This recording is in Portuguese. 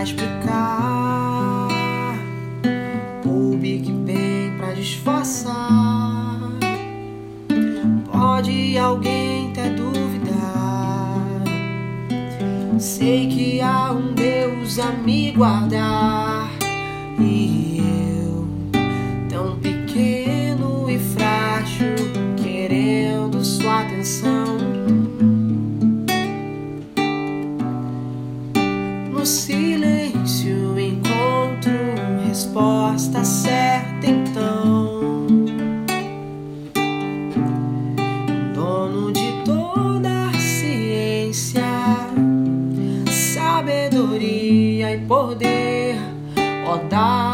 explicar, ou Big Bang pra disfarçar. Pode alguém até duvidar, sei que há um Deus a me guardar, e eu, tão pequeno e frágil, querendo sua atenção. No silêncio encontro resposta certa, então. Dono de toda a ciência, sabedoria e poder, ó, dá